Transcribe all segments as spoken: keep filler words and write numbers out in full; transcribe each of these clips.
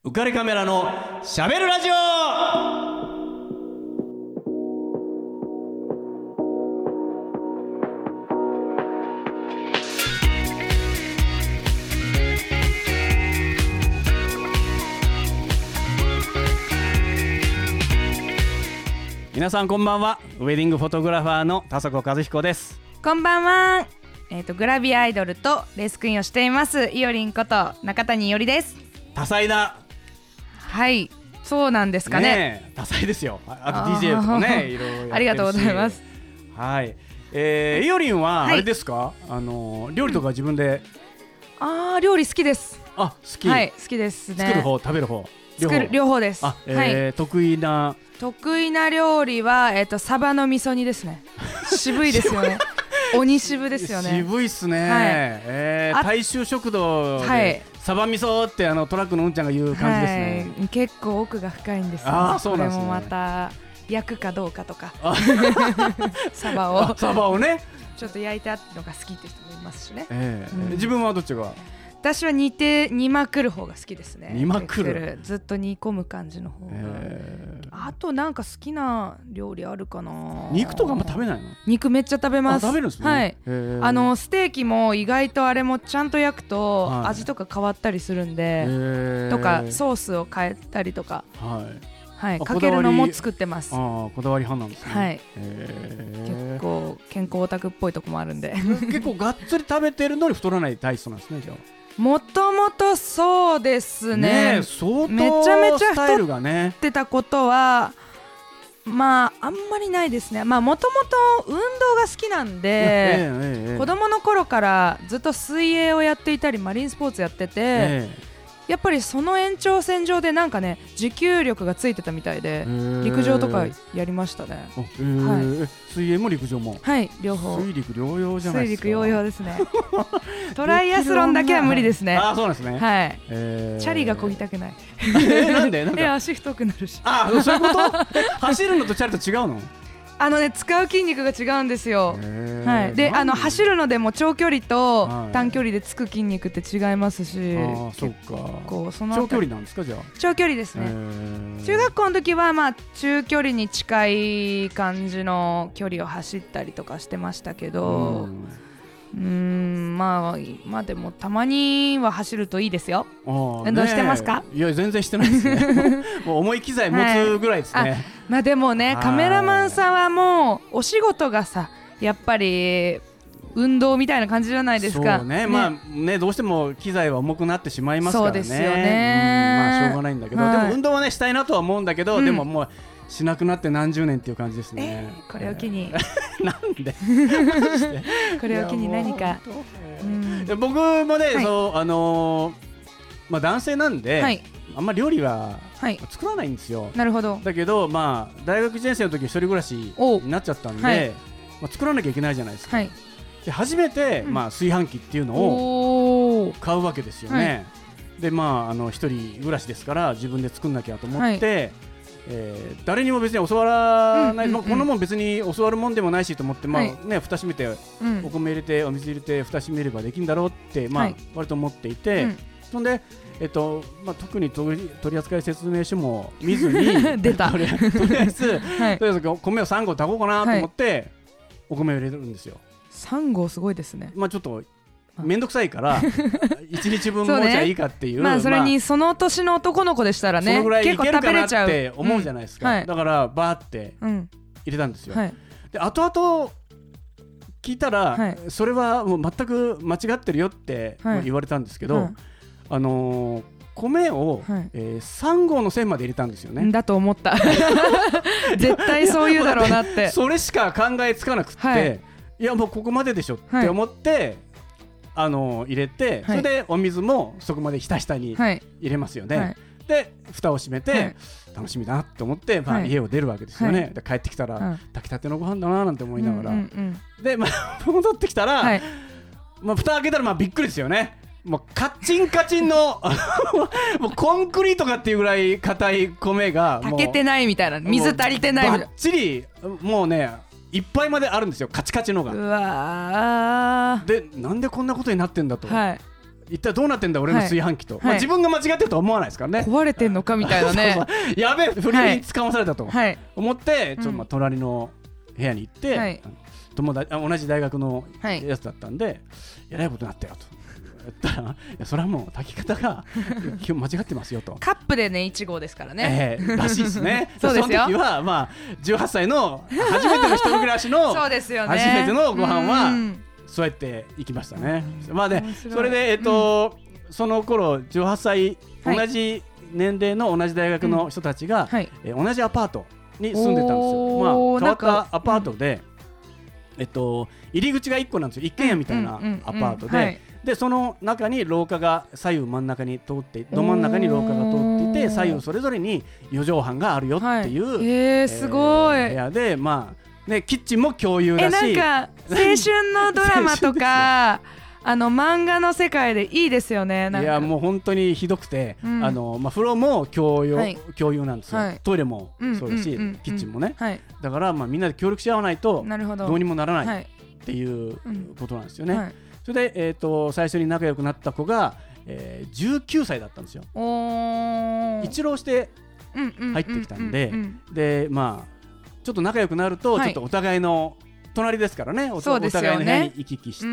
浮かれカメラのしゃべるラジオ。皆さんこんばんは。ウェディングフォトグラファーの田底和彦です。 こんばんは。えーとグラビアアイドルとレースクイーンをしていますいおりんこと中谷いおりです。 多彩な、 はい、そうなんですか ね, ね多彩ですよ。あと ディージェー とかねいろいろやってるし、 ありがとうございます。 はい、えー、いおりんはあれですか、はい、あの料理とか自分で、 うん、あー料理好きです。 あ、好き、 はい、好きですね。 作る方食べる方両方作る両方です。 あ、えーはい、得意な得意な料理は、えーと、サバの味噌煮ですね。渋いですよね。鬼渋ですよね。 渋いっすね、はい、えー、大衆食堂で、はい、サバ味噌ってあのトラックのうんちゃんが言う感じですね、 はい、結構奥が深いんですよ。 あ、そうなんですね。 これもまた焼くかどうかとかサバをサバをねちょっと焼いたのが好きって人もいますしね、 えーうん、自分はどっちが？ 私は煮て煮まくる方が好きですね。 煮まくる、 ずっと煮込む感じの方が、えー、あとなんか好きな料理あるかな。 肉とかも食べないの？ 肉めっちゃ食べます。 あ、食べるんですね。 はい、あのステーキも意外とあれもちゃんと焼くと味とか変わったりするんで、はい、とかソースを変えたりとか、はいはい、かけるのも作ってます。 あ、こだわり派なんですね。 はい、結構健康オタクっぽいとこもあるんで結構がっつり食べてるのに太らない体質なんですね。じゃあもともとそうですね。 ね、相当めちゃめちゃスタイルがね太ってたことはまああんまりないですね。まあもともと運動が好きなんで、ええええ、子供の頃からずっと水泳をやっていたりマリンスポーツやってて、ええ、やっぱりその延長線上でなんかね持久力がついてたみたいで、陸上とかやりましたね。 えーはい、水泳も陸上も、 はい、両方。 水陸両用じゃないですか。 水陸両用ですねトライアスロンだけは無理ですね。 あ、そうなんですね。 はい、 えー、 チャリが漕ぎたくないなんでなんかえ足太くなるし。 あ、そういうこと走るのとチャリと違うの？ あのね、使う筋肉が違うんですよ。はい、であの走るのでも長距離と短距離でつく筋肉って違いますし、 はい、あ、そっか、 こうその長距離なんですか？じゃあ長距離ですね。中学校の時はまあ中距離に近い感じの距離を走ったりとかしてましたけど、うーん、まあまあでもたまには走るといいですよ。運動してますか？ いや全然してないですねもう重い機材持つぐらいですね、はい、 まあでもね、カメラマンさんはもうお仕事がさやっぱり運動みたいな感じじゃないですか。 そうね、ね、まあね、どうしても機材は重くなってしまいますからね。 そうですよね、 うん、まあしょうがないんだけど、はい、でも運動はねしたいなとは思うんだけど、うん、でももうしなくなって何十年っていう感じですね、 えー、これを機になんでこれを機に何か、 うん、僕もね、はい、そうあのーまあ、男性なんで、はい、あんまり料理は作らないんですよ、はい、 なるほど。 だけど、まあ、大学いちねん生の時一人暮らしになっちゃったんで、はい、まあ、作らなきゃいけないじゃないですか、はい、で初めて、うん、まあ、炊飯器っていうのを買うわけですよね、はい、でまあ、あの一人暮らしですから自分で作んなきゃと思って、はい、えー、誰にも別に教わらない、うんうんうん、まあ、このもん別に教わるもんでもないしと思って、まあね、蓋閉めて、うん、お米入れてお水入れて蓋閉めればできるんだろうって、まあ、はい、割と思っていて、うん、そんで、えっとまあ、特に取り、取扱説明書も見ずに出たとりあえず、はい、とりあえず米をさん合炊こうかなと思って、はい、お米を入れるんですよ。 さん合すごいですね。 まあ、ちょっとめんどくさいからいちにちぶんもじゃいいかっていう、 まあそれにその年の男の子でしたらね、 そのぐらいいけるかなって思うじゃないですか、うん、はい、だからバーって入れたんですよ、うん、はい、で後々聞いたら、はい、それはもう全く間違ってるよって言われたんですけど、はい、あのー、米を、はい、えー、さん合の線まで入れたんですよね。 だと思った絶対そう言うだろうなってそれしか考えつかなくって、はい、いやもうここまででしょって思って、はい、あの入れて、はい、それでお水もそこまでひたひたに入れますよね、はい、で蓋を閉めて、はい、楽しみだなと思って、まあ、家を出るわけですよね、はい、で帰ってきたら、はい、炊きたてのご飯だななんて思いながら、うんうんうん、で、まあ、戻ってきたら、はい、まあ、蓋開けたらまあびっくりですよね。もうカッチンカチンのもうコンクリートかっていうぐらい硬い米が炊けてないみたいな、水足りてないみたいな、 バッチリもうねいっぱいまであるんですよ、カチカチのが。 うわでなんでこんなことになってんだと、 はい、 一体どうなってんだ俺の炊飯器と、はいまあ、自分が間違ってるとは思わないですからね。 壊れてんのかみたいなねそうそうやべえ振りにつかまされたと思って、はい、ちょっとまあ隣の部屋に行って、はい、友達同じ大学のやつだったんで、はい、えらいことになったよと言ったらいやそれはもう炊き方が今日間違ってますよと。 カップでねいち号ですからね、 えー、らしいですねそうですよ。 その時はまあじゅうはっさいの初めての一人暮らしのそうですよね、 初めてのご飯はそうやって行きましたね。まあねそれでえっと、うん、その頃じゅうはっさい、はい、同じ年齢の同じ大学の人たちが、うんはいえー、同じアパートに住んでたんですよ。まあ変わったアパートで、うん、えっと入り口がいっこなんですよ。一軒家みたいなアパートで、うんうんうんはいでその中に廊下が左右真ん中に通ってど真ん中に廊下が通っていて左右それぞれによ畳半があるよっていう、はいえー、すごい部屋で、まあね、キッチンも共有だしえなんか青春のドラマとかあの漫画の世界でいいですよね。なんかいやもう本当にひどくて、うんあのまあ、風呂も共有、はい、共有なんですよ、はい、トイレもそうだし、うんうんうんうん、キッチンもね、はい、だからまあみんなで協力し合わないとどうにもならないっていうことなんですよね、はいうんはいそれで、えー、と最初に仲良くなった子が、えー、じゅうきゅうさいだったんですよ。一浪して入ってきたんで、でまあちょっと仲良くなると、はい、ちょっとお互いの隣ですからね、お, お互いの部屋に行き来して、うん、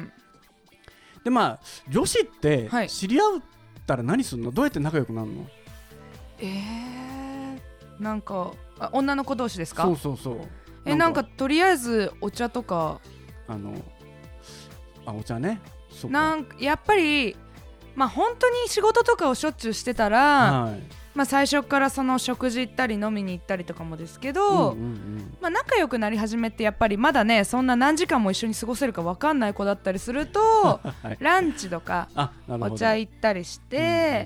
でまあ女子って知り合ったら何するの、どうやって仲良くなるの？ えー、なんかあ女の子同士ですか？ そうそうそう。 えなんかとりあえずお茶とかあのあお茶ねそうかなんかやっぱりまあ本当に仕事とかをしょっちゅうしてたら、はいまあ、最初からその食事行ったり飲みに行ったりとかもですけど、うんうんうんまあ、仲良くなり始めてやっぱりまだねそんな何時間も一緒に過ごせるか分かんない子だったりすると、はい、ランチとかお茶行ったりして、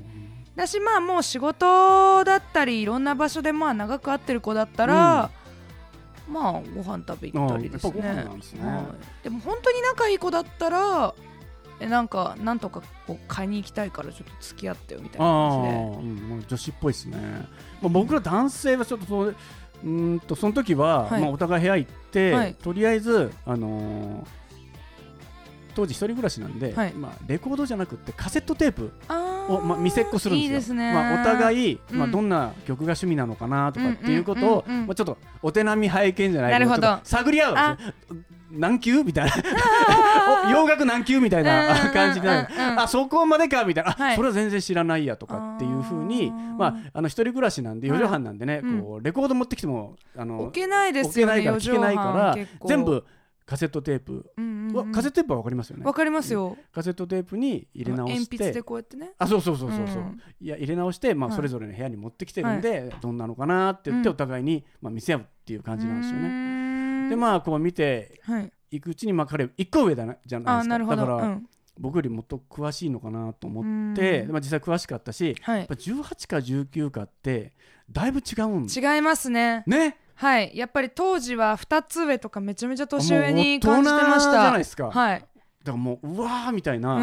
うんうんうん、だしまあもう仕事だったりいろんな場所でまあ長く会ってる子だったら、うんまあご飯食べ行ったりですね。 やっぱご飯なんですね、はい、 でも本当に仲いい子だったらえなんかなんとかこう買いに行きたいからちょっと付き合ってよみたいな感じで、 うん、女子っぽいですね、まあ、僕ら男性はちょっとそううんとその時は、はいまあ、お互い部屋行って、はい、とりあえず、あのー、当時一人暮らしなんで、はいまあ、レコードじゃなくてカセットテープをまあ、見せっこするんですよ。 いいですね。 まあ、お互い、まあ、どんな曲が趣味なのかなとかっていうことを、うんうんうんうんまあ、ちょっとお手並み拝見じゃないけどちょっと探り合うんですよ。何級みたいな洋楽何級みたいな感じであそこまでかみたいな、はい、それは全然知らないやとかっていう風にまああの一人暮らしなんでよ畳半なんでね、はい、こうレコード持ってきてもあの置けないですよね。 置けないから聞けないから全部カセットテープ、うんうんうん、カセットテープは分かりますよね。 分かりますよ。 カセットテープに入れ直して鉛筆でこうやってねあそうそうそうそうそう、うん、いや入れ直して、まあ、それぞれの部屋に持ってきてるんで、はい、どんなのかなって言ってお互いに、まあ、見せ合うっていう感じなんですよね。でまあこう見ていくうちに、まあ、彼いっこ上だなじゃないですか。だから、うん、僕よりもっと詳しいのかなと思って、まあ、実際詳しかったし、はい、やっぱじゅうはちかじゅうきゅうかってだいぶ違うん違いますね。 ねはいやっぱり当時はふたつ上とかめちゃめちゃ年上に感じてました。 じゃないですか。 はいだからもううわーみたいな、うん、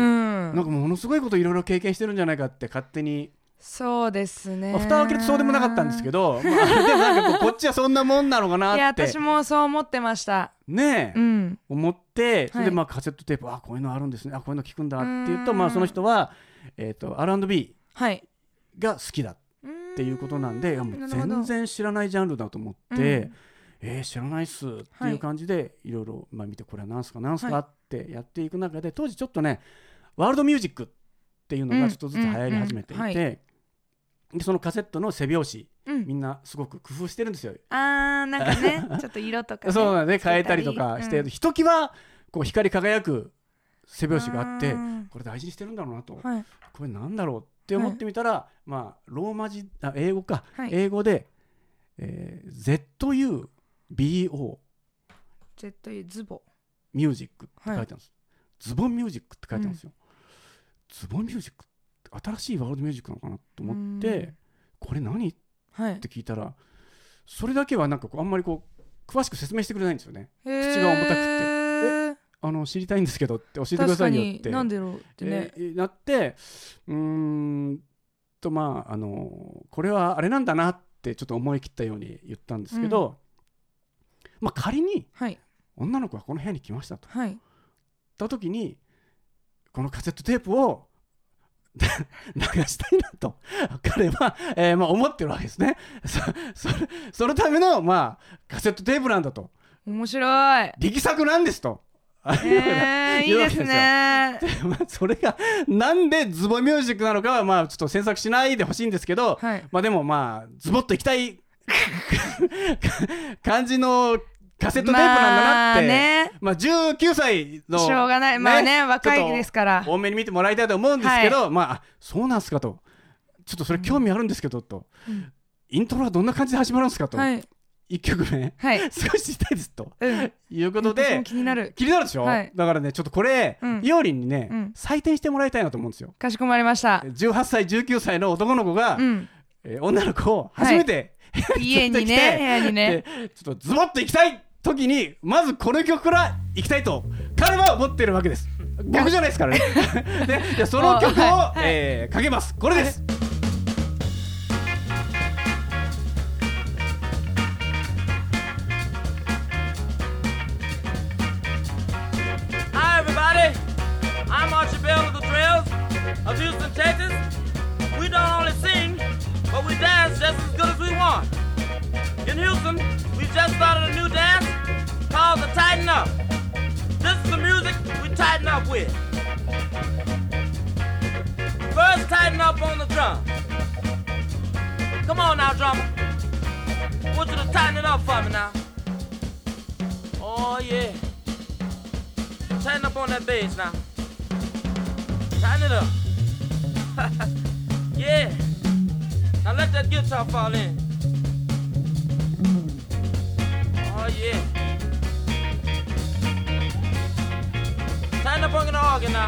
なんかものすごいこといろいろ経験してるんじゃないかって勝手に。 そうですね、 まあ、蓋を開けるとそうでもなかったんですけど、まあ、でもなんかこうこっちはそんなもんなのかなっていや私もそう思ってましたねえ、うん、思ってそれでまあはい、 カセットテープあこういうのあるんですねあこういうの聞くんだって言うとまあその人は、えー、と アールアンドビー が好きだっていうことなんで、はい、いやもう全然知らないジャンルだと思って、うんえー、知らないっすっていう感じで、はい、いろいろ、まあ、見てこれは何すか何すか、はい、ってやっていく中で当時ちょっとねワールドミュージックっていうのがちょっとずつ流行り始めていて、うんうんうんはい、でそのカセットの背表紙、うん、みんなすごく工夫してるんですよ。 あーなんかねちょっと色とか、ね、 そうだね変えたりとかして、うん、ひときわこう光り輝く背表紙があってこれ大事にしてるんだろうなと、はい、これなんだろうって思ってみたら、はい、まあローマ字あ英語か、はい、英語で、えー、ゼットユービーオーゼットユー ズボミュージックって書いてあるんです、はい、ズボンミュージックって書いてあるんですよ、うん、ズボンミュージックって新しいワールドミュージックなのかなと思ってこれ何、はい、って聞いたらそれだけはなんかこうあんまりこう詳しく説明してくれないんですよね。口が重たくてえあの知りたいんですけどって教えてくださいよってなんでろうってね、 えー、なってうーんとまああのこれはあれなんだなってちょっと思い切ったように言ったんですけど、うんまあ、仮に女の子がこの部屋に来ましたと、はい、た時にこのカセットテープを流したいなと彼は、えーまあ、思ってるわけですね。そ, そ, そのための、まあ、カセットテープなんだと。 面白い。 力作なんですと。 えー、いいですね。 で、まあ、それがなんでズボミュージックなのかは、まあ、ちょっと詮索しないでほしいんですけど、はい、まあ、でもまあズボッといきたい感じのカセットテープなんだなって、まあね、まあ、じゅうきゅうさいのしょうがない、ね、まあね、若いですから多めに見てもらいたいと思うんですけど、はい、まあそうなんすかと、ちょっとそれ興味あるんですけどと、うん、イントロはどんな感じで始まるんですかと、はい、いっきょくめ、はい、少ししたいですと、うん、いうことで気になる気になるでしょ、はい、だからねちょっとこれ、うん、イオリンにね、うん、採点してもらいたいなと思うんですよ。 かしこまりました。 じゅうはっさいじゅうきゅうさいの男の子が、うんえー、女の子を初めて、 はい、家にね部屋にねちょっとズボッと行きたい時にまずこの曲から行きたいと彼は思ってるわけです。僕じゃないですからねでいやその曲を、はいえー、かけます。これです。 Hi everybody, I'm Archie Bell of the Trails of Houston, Texas. We don't only sing, but we dance just as good as we want. In Houston, we just started a new dance called the Tighten Up. This is the music we tighten up with. First, tighten up on the drum. Come on now, drummer. I want you to tighten it up for me now. Oh yeah. Tighten up on that bass now. Tighten it up. Yeah. Now let that guitar fall in. Oh yeah. Tighten up on the organ now.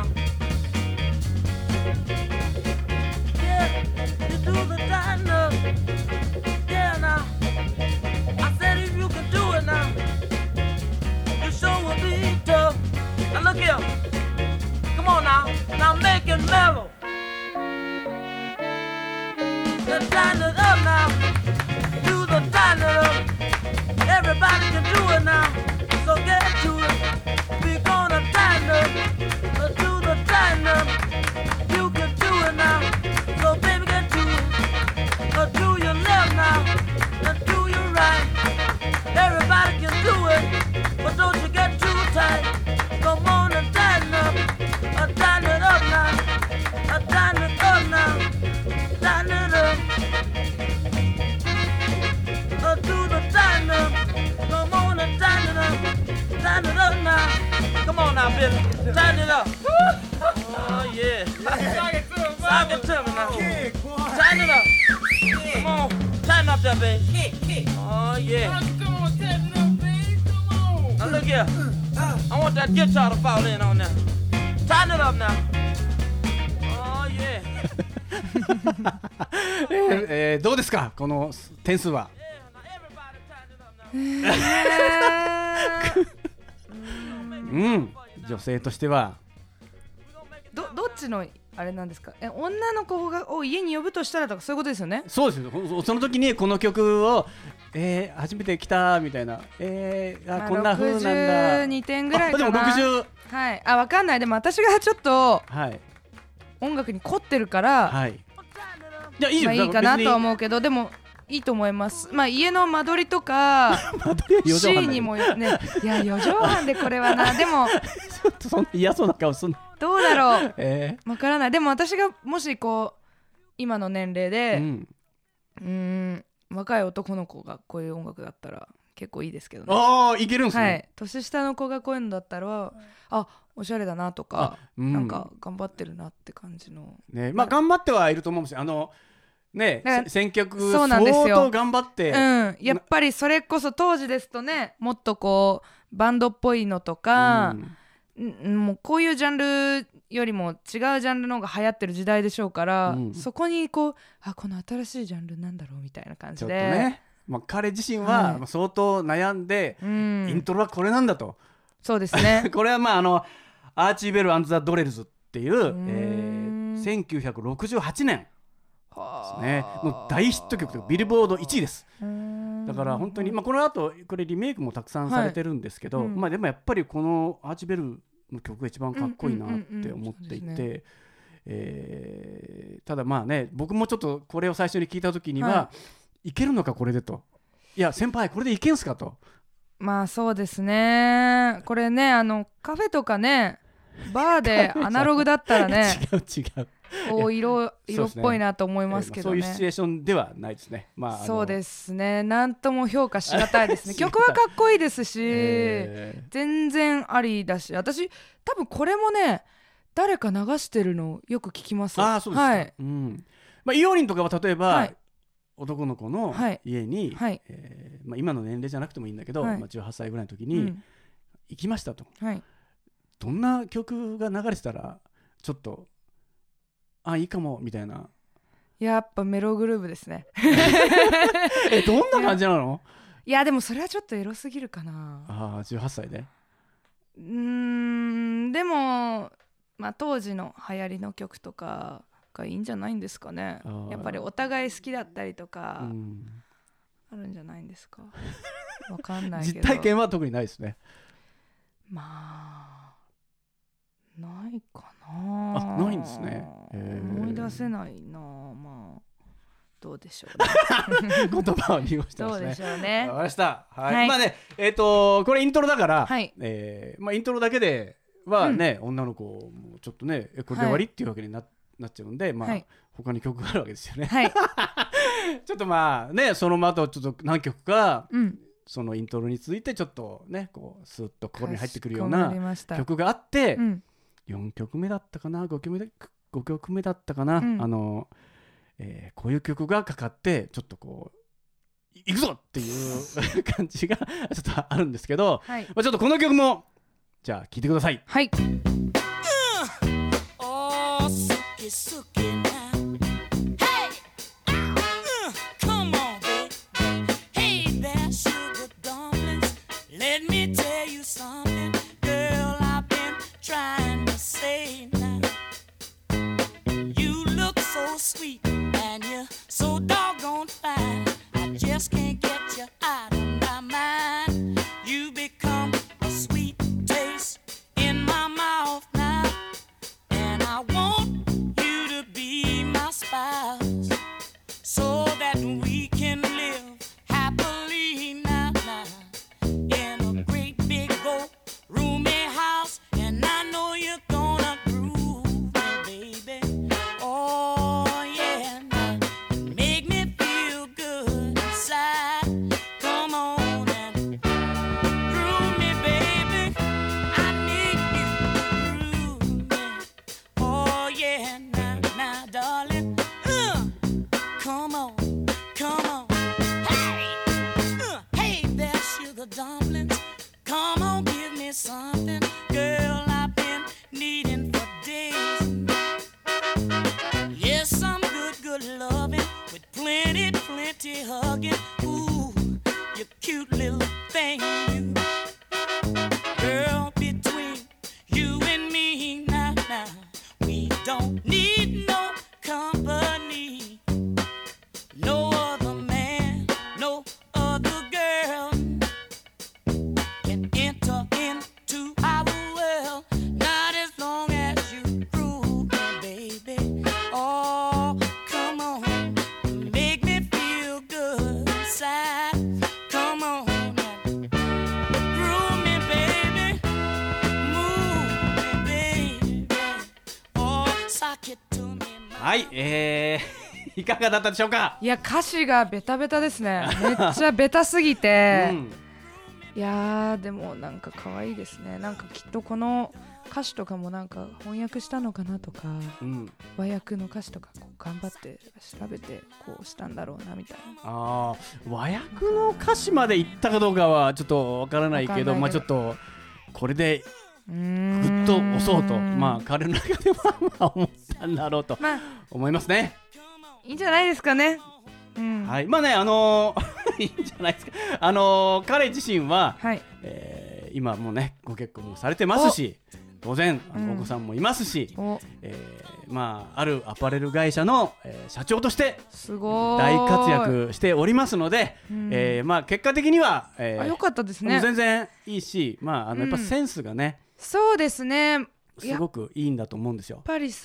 Yeah, you do the tighten up. Yeah now. I said if you can do it now, you sure will be tough. Now look here. Come on now. Now make it mellow. Then tighten it up now. Do the tighten it up. Everybody can do it now. So get to it. We're gonna tighten up. Do the tighten up. You can do it now. So baby get to it. Do your left now. Do your right. Everybody can do it. But don't you get too tight. Come on and tighten up. Uh, tighten it up now. Uh, tighten it up now. Tighten it up. Uh, do the tighten up. Come on and tighten it up. Tighten it up now. Come on now, Billy. Tighten it up. Oh yeah. Sock it to him, Sock it to me now. Tighten it up. Come on. Tighten up that bass. Oh yeah. Come on, tighten up, bass. Come on. Now look here. I want that guitar to fall in on now. Tighten it up now. Oh yeah. えー、どうですかこの点数は。うん、女性としてはど, どっちのあれなんですか。え女の子がを家に呼ぶとしたらとかそういうことですよね。 そうですよ。その時にこの曲を、えー、初めて来たみたいな、えーあまあ、こんな風なんだ。ろくじゅうにてんぐらいかな。あでもろくじゅう、 はい、あ分かんない。でも私がちょっと、はい、音楽に凝ってるから、はい、いやいいよ、まあ、いいかなとは思うけどでもいいと思います。まあ家の間取りとかシーンにもね、いやよじょうはんでこれはなでもちょっとそんな嫌そうな顔すんのどうだろう、えー、分からない。でも私がもしこう今の年齢で、うん、うーん若い男の子がこういう音楽だったら結構いいですけどね。 ああいけるんですね、はい、 年下の子がこういうのだったら、うん、あおしゃれだなとか、うん、なんか頑張ってるなって感じの、 ね、まあ頑張ってはいると思うんですよ。あのね、選曲相当頑張って、 うん、やっぱりそれこそ当時ですとねもっとこうバンドっぽいのとか、うん、もうこういうジャンルよりも違うジャンルの方が流行ってる時代でしょうから、うん、そこにこうあこの新しいジャンルなんだろうみたいな感じでちょっとね、 まあ、彼自身は相当悩んで、はい、イントロはこれなんだと。 そうですねこれはまああのアーチー・ベル&ザ・ドレルズっていう、えー、せんきゅうひゃくろくじゅうはちねんですね、もう大ヒット曲とビルボードいちいです。だから本当に、まあ、この後これリメイクもたくさんされてるんですけど、はいうんまあ、でもやっぱりこのアーチベルの曲が一番かっこいいなって思っていて、 えー、ただまあね僕もちょっとこれを最初に聞いた時には、はい、いけるのかこれでと、いや先輩これでいけんすかと。 まあそうですね、これねあのカフェとかねバーでアナログだったらね違う違うこう 色, 色っぽいなと思いますけどね、 そういうシチュエーションではないですね、まあ、 そうですね、なんとも評価しがたいですね曲はかっこいいですし、えー、全然ありだし、私多分これもね誰か流してるのよく聞きます。 ああそうですか、はい、うん、まあ、イオリンとかは例えば、はい、男の子の家に、はい、えーまあ、今の年齢じゃなくてもいいんだけど、はい、まあ、じゅうはっさいぐらいの時に、うん、行きましたと、はい、どんな曲が流れてたらちょっとあいいかもみたいな。 やっぱメログルーブですねえどんな感じなの？ いやでもそれはちょっとエロすぎるかな。 あじゅうはっさいでうーんでも、まあ、当時の流行りの曲とかがいいんじゃないんですかね。やっぱりお互い好きだったりとかあるんじゃないんですかわかんないけど実体験は特にないですね。 まあないかな。 あないんですね。 思い出せないな。まあどうでしょうね言葉を濁してますね。 どうでしょうね。 わかりました、はいはい、まあねえっ、ー、とこれイントロだから、はい、えーまあ、イントロだけではね、うん、女の子もちょっとねこれで終わりっていうわけに な,、はい、なっちゃうんで、まあはい、他に曲があるわけですよね、はい、ちょっとまあねその後ちょっと何曲か、うん、そのイントロに続いてちょっとねこうスッと心に入ってくるような曲があって、うん、よんきょくめだったかな 5, 曲目でごきょくめだったかな、うん、あの、えー、こういう曲がかかってちょっとこういくぞっていう感じがちょっとあるんですけど、はい、まあ、ちょっとこの曲もじゃあ聴いてください。 はい、 Sweet and you're so doggone fine. I just can't get you out of my mind. You become a sweet taste in my mouth now, and I want you to be my spouse so that we can live happily now, now in a great big old roomy house. And I know you're gonna groove me, baby. Oh, dumplings, come on, give me something, girl, I've been needing for days. Yes, some good, good loving with plenty, plenty hugging. Ooh, you cute little thing, you. Girl, between you and me now, now, we don't need no company. No other man, no other girl can enter into our world, not as long as you prove me, baby. Oh, come on, make me feel good inside. Come on, groove me, baby, move me, baby. Oh, sock it to me. はい、えー、いかがだったでしょうか。 いや歌詞がベタベタですね。めっちゃベタすぎて、うん、いやーでもなんか可愛いですね。なんかきっとこの歌詞とかもなんか翻訳したのかなとか、うん、和訳の歌詞とかこう頑張って調べてこうしたんだろうなみたいな。 あー和訳の歌詞までいったかどうかはちょっとわからないけど、まあちょっとこれでぐっと押そうと、まあ彼の中ではまあ思ったんだろうと思いますね。 まあ、いいんじゃないですかね。うん、 はい、まあねあのー、いいんじゃないですか。あのー、彼自身は、はい、えー、今もうねご結婚もされてますし、当然あのお子さんもいますし、うん、えー、まああるアパレル会社の、えー、社長として大活躍しておりますので、うん、えー、まあ結果的には、 えー、あ良かったですね。 全然いいし、まああのやっぱセンスがね、 うん、そうですね。 すごくいいんだと思うんですよ。 やっぱりそう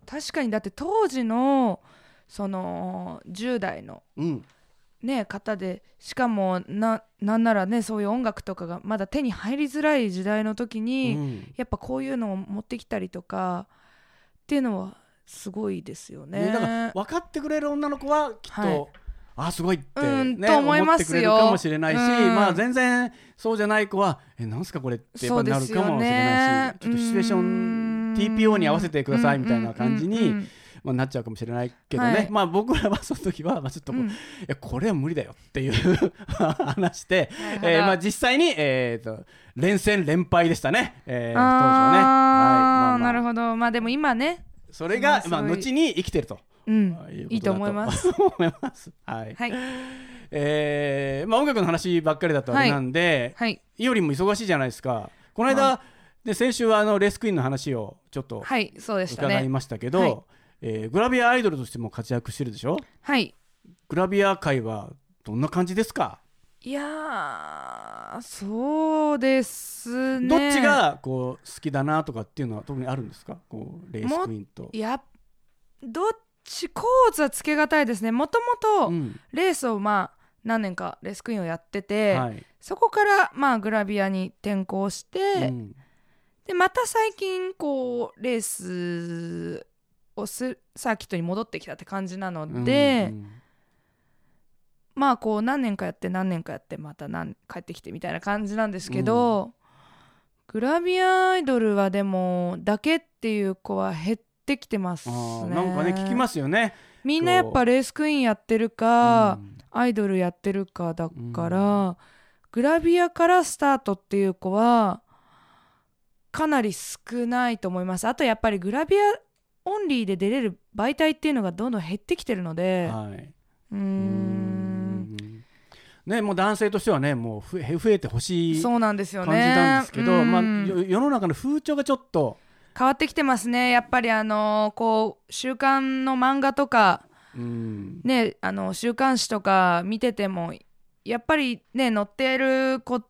確かにだって当時のそのじゅう代の、 うんね、方でしかも な, なんならねそういう音楽とかがまだ手に入りづらい時代の時に、うん、やっぱこういうのを持ってきたりとかっていうのはすごいですよ ね, ねだから分かってくれる女の子はきっと、はい、あすごいって、ね、 うんと思いますよ、 思ってくれるかもしれないし、うんまあ、全然そうじゃない子はえなんすかこれってやっぱなるかもしれないし、ちょっとシチュエーション ティーピーオー に合わせてくださいみたいな感じに、うんうんうんうんまあ、なっちゃうかもしれないけどね、はいまあ、僕らはその時はまあちょっとこう、うん、いやこれは無理だよっていう話で、えーまあ、実際に、えー、と連戦連敗でしたね、えー、当時はね、はいまあまあ、 なるほど、まあ、でも今ねそれが、まあ、後に生きてると、 うん、い, いいと思います思いますはい、はいえーまあ、音楽の話ばっかりだとあれなんで、はいはい、いよりも忙しいじゃないですか。この間、はい、で先週はあのレースクイーンの話をちょっと伺いましたけど、はいえー、グラビアアイドルとしても活躍してるでしょ。 はいグラビア界はどんな感じですか。 いやそうですね。 どっちがこう好きだなとかっていうのは特にあるんですか。こうレースクイーンといやどっちコーツはつけがたいですね。もともとレースをまあ何年かレースクイーンをやってて、はい、そこからまあグラビアに転向して、うん、でまた最近こうレースをすサーキットに戻ってきたって感じなので、うんうん、まあこう何年かやって何年かやってまた何帰ってきてみたいな感じなんですけど、うん、グラビアアイドルはでもだけっていう子は減ってきてますね。 あなんかね聞きますよね。 みんなやっぱレースクイーンやってるか、うん、アイドルやってるかだから、うん、グラビアからスタートっていう子はかなり少ないと思います。あとやっぱりグラビアオンリーで出れる媒体っていうのがどんどん減ってきてるので、はい、うーんね、もう男性としてはねもう増えてほしいそうなんですよね感じなんですけど、まあ、世の中の風潮がちょっと変わってきてますね。やっぱりあのこう週刊の漫画とか、うんね、あの週刊誌とか見ててもやっぱりね載ってる子って、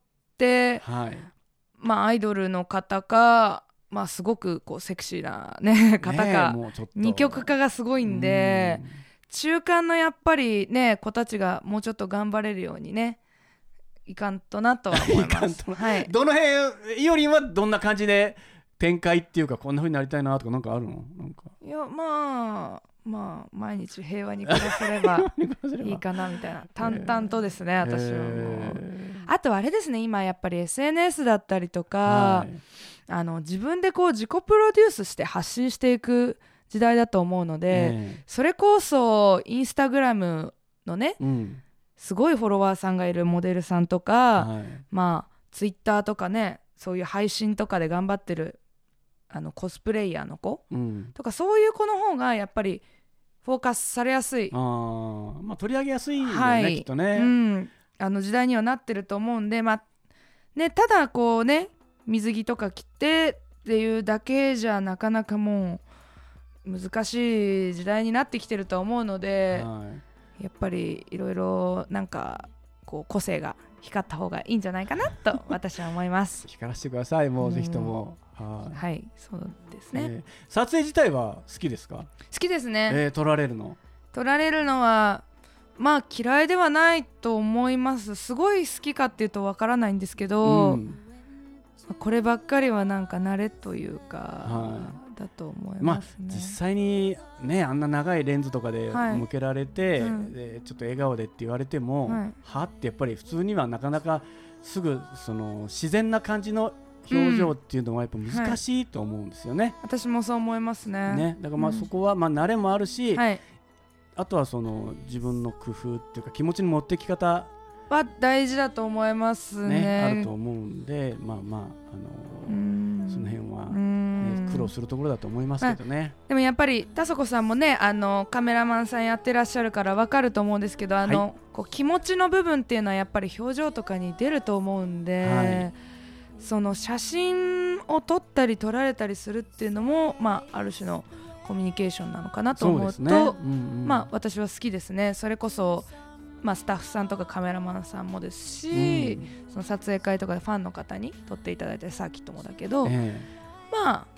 はいまあ、アイドルの方かまあ、すごくこうセクシーな、ね、方か二極化がすごいんで、うん中間のやっぱりね子たちがもうちょっと頑張れるようにねいかんとなとは思います、はい、 どの辺いよりはどんな感じで展開っていうかこんな風になりたいなとかなんかあるの。なんかいやまあまあ毎日平和に暮らせればいいかなみたいな淡々とですね、えー、私はもうあとあれですね今やっぱり エスエヌエス だったりとか、はい、あの自分でこう自己プロデュースして発信していく時代だと思うので、えー、それこそインスタグラムのね、うん、すごいフォロワーさんがいるモデルさんとか、はい、まあツイッターとかねそういう配信とかで頑張ってるあのコスプレイヤーの子、うん、とかそういう子の方がやっぱりフォーカスされやすい、 あ、まあ、取り上げやすいよね、はい、きっとね、 うん、あの時代にはなってると思うんで、まあね、ただこうね水着とか着てっていうだけじゃなかなかもう難しい時代になってきてると思うので、はい、やっぱりいろいろなんかこう個性が光った方がいいんじゃないかなと私は思います光らせてくださいもうぜひとも、 はい、はい、そうですね、 えー、撮影自体は好きですか。 好きですね、 えー、撮られるの撮られるのはまあ嫌いではないと思います。すごい好きかっていうとわからないんですけど、うん、こればっかりはなんか慣れというか、はいだと思いますね。 まあ、実際にねあんな長いレンズとかで向けられて、はいうん、でちょっと笑顔でって言われても、はい、はってやっぱり普通にはなかなかすぐその自然な感じの表情っていうのはやっぱ難しいと思うんですよね、うんはい、 私もそう思います ね, ねだからまあそこはまあ慣れもあるし、うんはい、あとはその自分の工夫っていうか気持ちの持ってき方は大事だと思いますね、 ねあると思うんでまあまあ、あのー、その辺は、ね、苦労するところだと思いますけどね、 まあ、でもやっぱり田底さんもねあのカメラマンさんやってらっしゃるから分かると思うんですけどあの、はい、こう気持ちの部分っていうのはやっぱり表情とかに出ると思うんで、はい、その写真を撮ったり撮られたりするっていうのも、まあ、ある種のコミュニケーションなのかなと思うとそうですね、うんうんまあ、私は好きですね。それこそまあ、スタッフさんとかカメラマンさんもですし、うん、その撮影会とかでファンの方に撮っていただいてサーキットもだけど、えー、まあ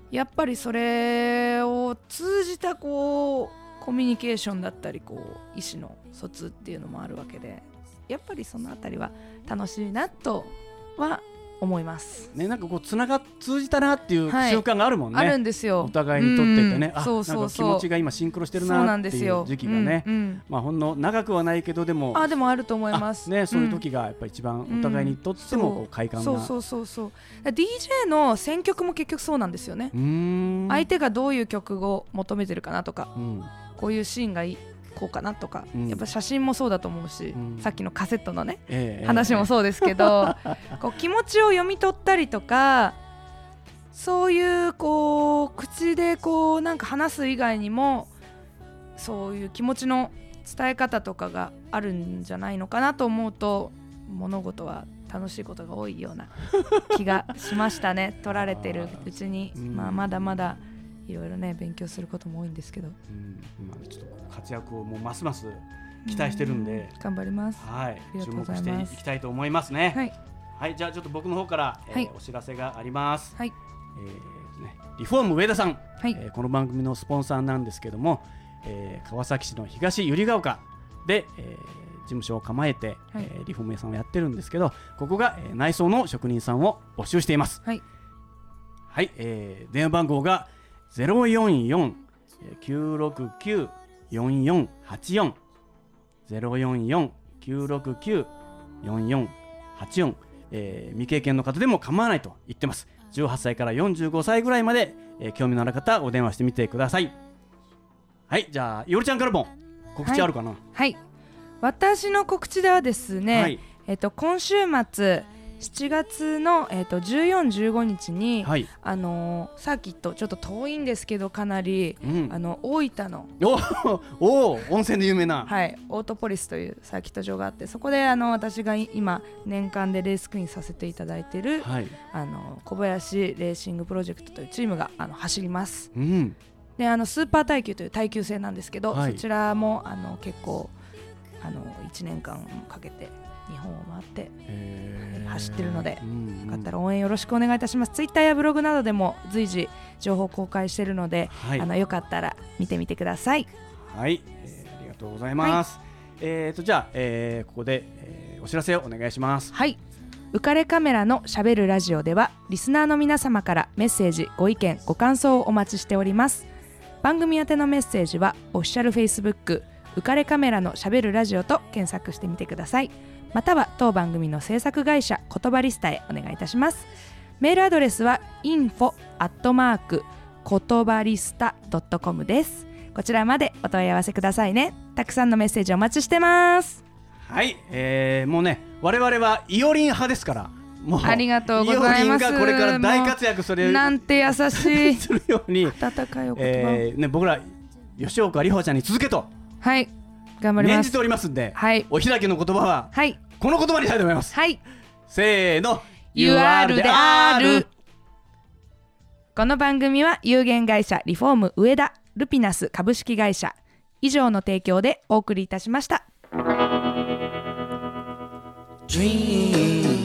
やっぱりそれを通じたこうコミュニケーションだったりこう意思の疎通っていうのもあるわけで、やっぱりそのあたりは楽しいなとは思いますね。なんかこうつなが通じたなっていう瞬間があるもんね、 はい、あるんですよ。 お互いにとっててね、 うん、あそうそうそう、 なんか気持ちが今シンクロしてるなっていう時期がね、うんうん、まあほんの長くはないけどでもあでもあると思いますね。そういう時がやっぱり一番お互いにとってもこう快感な、 うん、そうそうそうそう。 ディージェー の選曲も結局そうなんですよね。うーん、相手がどういう曲を求めてるかなとか、うん、こういうシーンがいいこうかなとか、うん、やっぱ写真もそうだと思うし、うん、さっきのカセットのね、えー、話もそうですけど、えー、こう気持ちを読み取ったりとか、そういうこう口でこうなんか話す以外にもそういう気持ちの伝え方とかがあるんじゃないのかなと思うと、物事は楽しいことが多いような気がしましたね。取られてるうちに、まあ、まだまだいろいろね勉強することも多いんですけど、うん、 まあ、ちょっと活躍をもうますます期待してるんで、 うん、頑張ります。 はい、注目していきたいと思いますね。はい、はい、じゃあちょっと僕の方から、えーはい、お知らせがあります。はい、えーね、リフォーム上田さん、はい、えー、この番組のスポンサーなんですけども、えー、川崎市の東百合ヶ丘で、えー、事務所を構えて、はい、えー、リフォーム屋さんをやってるんですけど、ここが、えー、内装の職人さんを募集しています。はい、はい、えー、電話番号がゼロよんよん きゅうろくきゅう よんよんはちよん ゼロよんよん きゅうろくきゅう よんよんはちよん、えー、未経験の方でも構わないと言ってます。じゅうはっさいからよんじゅうごさいぐらいまで、えー、興味のある方お電話してみてください。はい、じゃあいおりちゃんからも告知あるかな。はい、 はい、私の告知ではですね、はい、えーと、今週末しちがつの、えー、とじゅうよっか、じゅうごにちに、はい、あのー、サーキットちょっと遠いんですけどかなり、うん、あの大分のおお温泉で有名な、 はい、オートポリスというサーキット場があって、そこであの私が今年間でレースクイーンさせていただいている、はい、あの小林レーシングプロジェクトというチームがあの走ります。うん、であのスーパー耐久という耐久性なんですけど、はい、そちらもあの結構あのいちねんかんかけて日本を回って走ってるので、うんうん、よかったら応援よろしくお願いいたします。ツイッターやブログなどでも随時情報公開しているので、はい、あのよかったら見てみてください。 はい、えー、ありがとうございます。はい、えーとじゃあ、えー、ここで、えー、お知らせをお願いします。 はい、浮かれカメラのしゃべるラジオではリスナーの皆様からメッセージ、ご意見、ご感想をお待ちしております。番組宛てのメッセージはオフィシャルフェイスブック浮かれカメラのしゃべるラジオと検索してみてください。または当番組の制作会社言葉リスタへお願いいたします。メールアドレスは インフォ アットマーク 言葉リスタ ドットコム です。こちらまでお問い合わせくださいね。たくさんのメッセージお待ちしてます。 はい、えー、もうね我々はイオリン派ですから、もうありがとうございます。 イオリンがこれから大活躍するなんて優しいするように温かいお言葉、 えーね、僕ら吉岡里帆ちゃんに続けと、 はい、頑張ります。 念じておりますんで、はい、お開きの言葉は、はい、この言葉にしたいと思います。はい、せーの ユーアール である。 この番組は有限会社リフォーム上田ルピナス株式会社以上の提供でお送りいたしました。Dream